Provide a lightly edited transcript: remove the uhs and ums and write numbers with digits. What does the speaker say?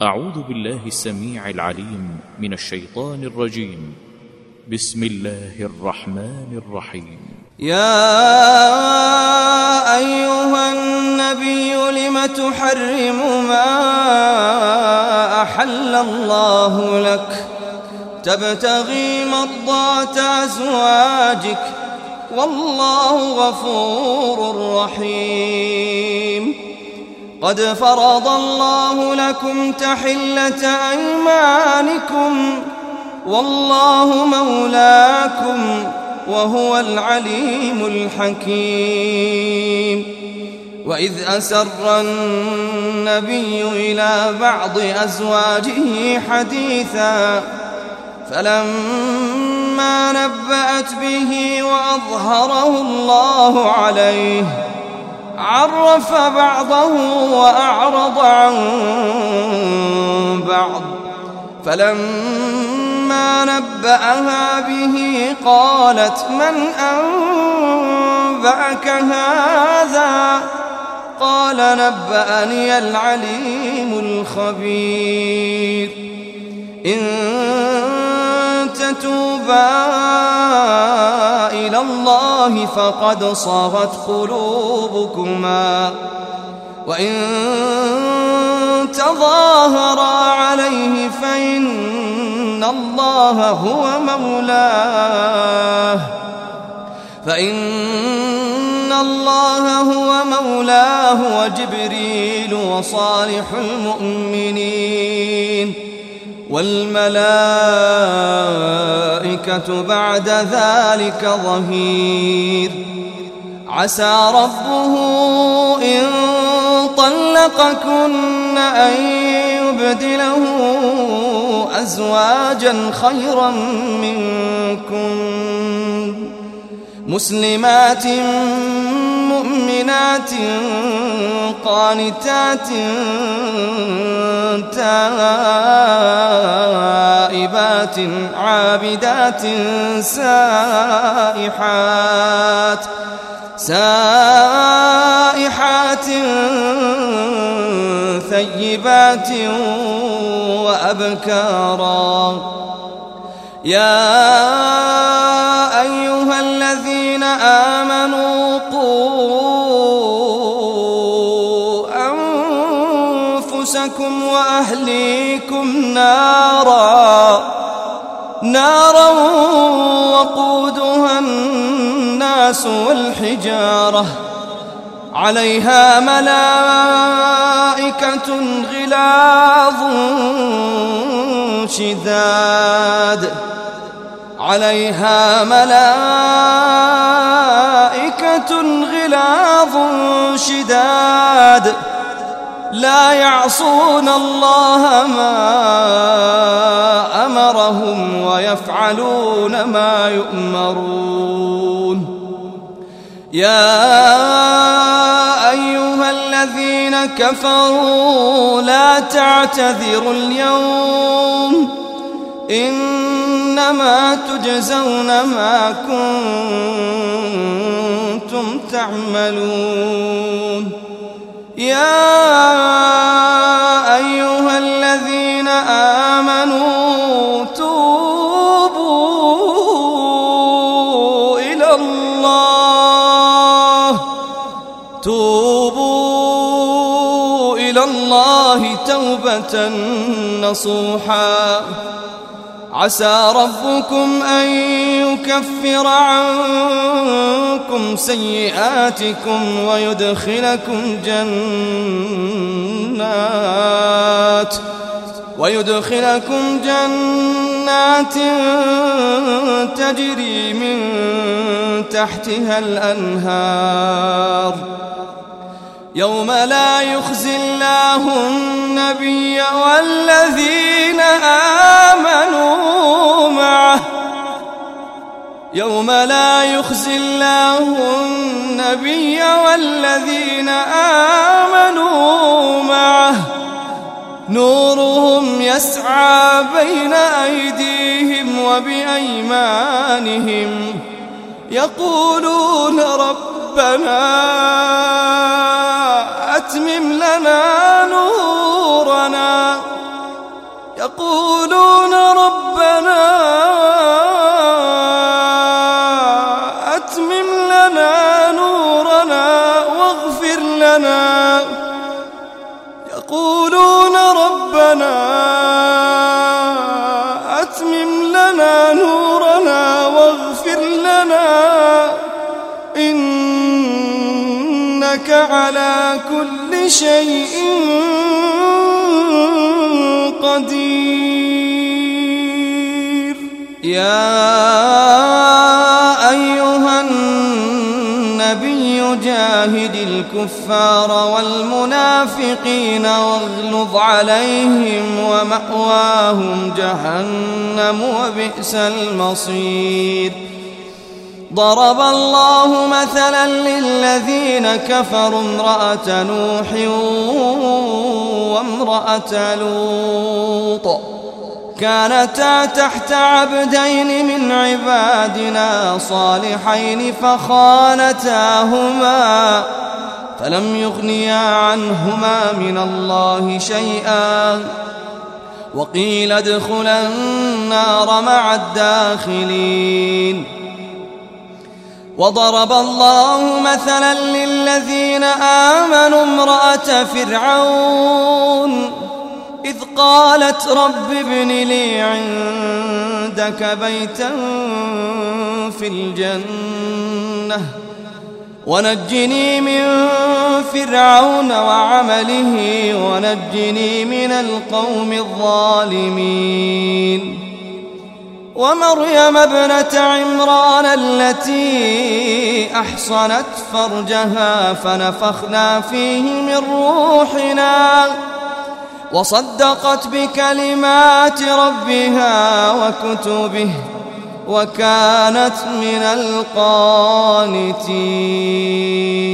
أعوذ بالله السميع العليم من الشيطان الرجيم. بسم الله الرحمن الرحيم. يا أيها النبي لم تحرم ما أحل الله لك تبتغي مرضات أزواجك والله غفور رحيم. قد فرض الله لكم تحلة أيمانكم والله مولاكم وهو العليم الحكيم. وإذ أسر النبي إلى بعض أزواجه حديثا فلما نبأت به وأظهره الله عليه عرف بعضه وأعرض عن بعض. فلما نبأها به قالت من أنبأك هذا؟ قال نبأني العليم الخبير. إن تتوبا إلى الله فقد صغت قلوبكما وإن تظاهرا عليه فإن الله هو مولاه وجبريل وصالح المؤمنين والملائكة بعد ذلك ظهير. عسى ربه إن طلقكن أن يبدله أزواجا خيرا منكن مسلمات مؤمنات قانتات تائبات عابدات سائحات ثيبات وأبكارا. يا أيها الذين آمنوا قوا أنفسكم وأهليكم نارا وقودها الناس والحجارة عليها ملائكة غلاظ شداد لا يعصون الله ما أمرهم ويفعلون ما يؤمرون. يا أيها الذين كفروا لا تعتذروا اليوم إنما تجزون ما كنتم تعملون. يا أيها الذين آمنوا توبوا إلى الله توبة نصوحا. عسى ربكم أن يكفر عنكم سيئاتكم ويدخلكم جنات تجري من تحتها الأنهار يوم لا يخزي الله النبي والذين آمنوا معه نورهم يسعى بين أيديهم وبأيمانهم يقولون ربنا أتمم لنا نورنا يقولون ربنا أتمم لنا نورنا واغفر لنا يقولون ربنا أتمم لنا نورنا واغفر لنا إنك على كل شيء قدير. يا أيها النبي جاهد الكفار والمنافقين واغلظ عليهم ومأواهم جهنم وبئس المصير. ضرب الله مثلا للذين كفروا امرأة نوح وامرأة لوط كانتا تحت عبدين من عبادنا صالحين فخانتاهما فلم يغنيا عنهما من الله شيئا وقيل ادخلا النار مع الداخلين. وضرب الله مثلا للذين آمنوا امرأة فرعون إذ قالت رب ابن لي عندك بيتا في الجنة ونجني من فرعون وعمله ونجني من القوم الظالمين. ومريم ابنة عمران التي أحصنت فرجها فنفخنا فيه من روحنا وصدقت بكلمات ربها وكتبه وكانت من القانتين.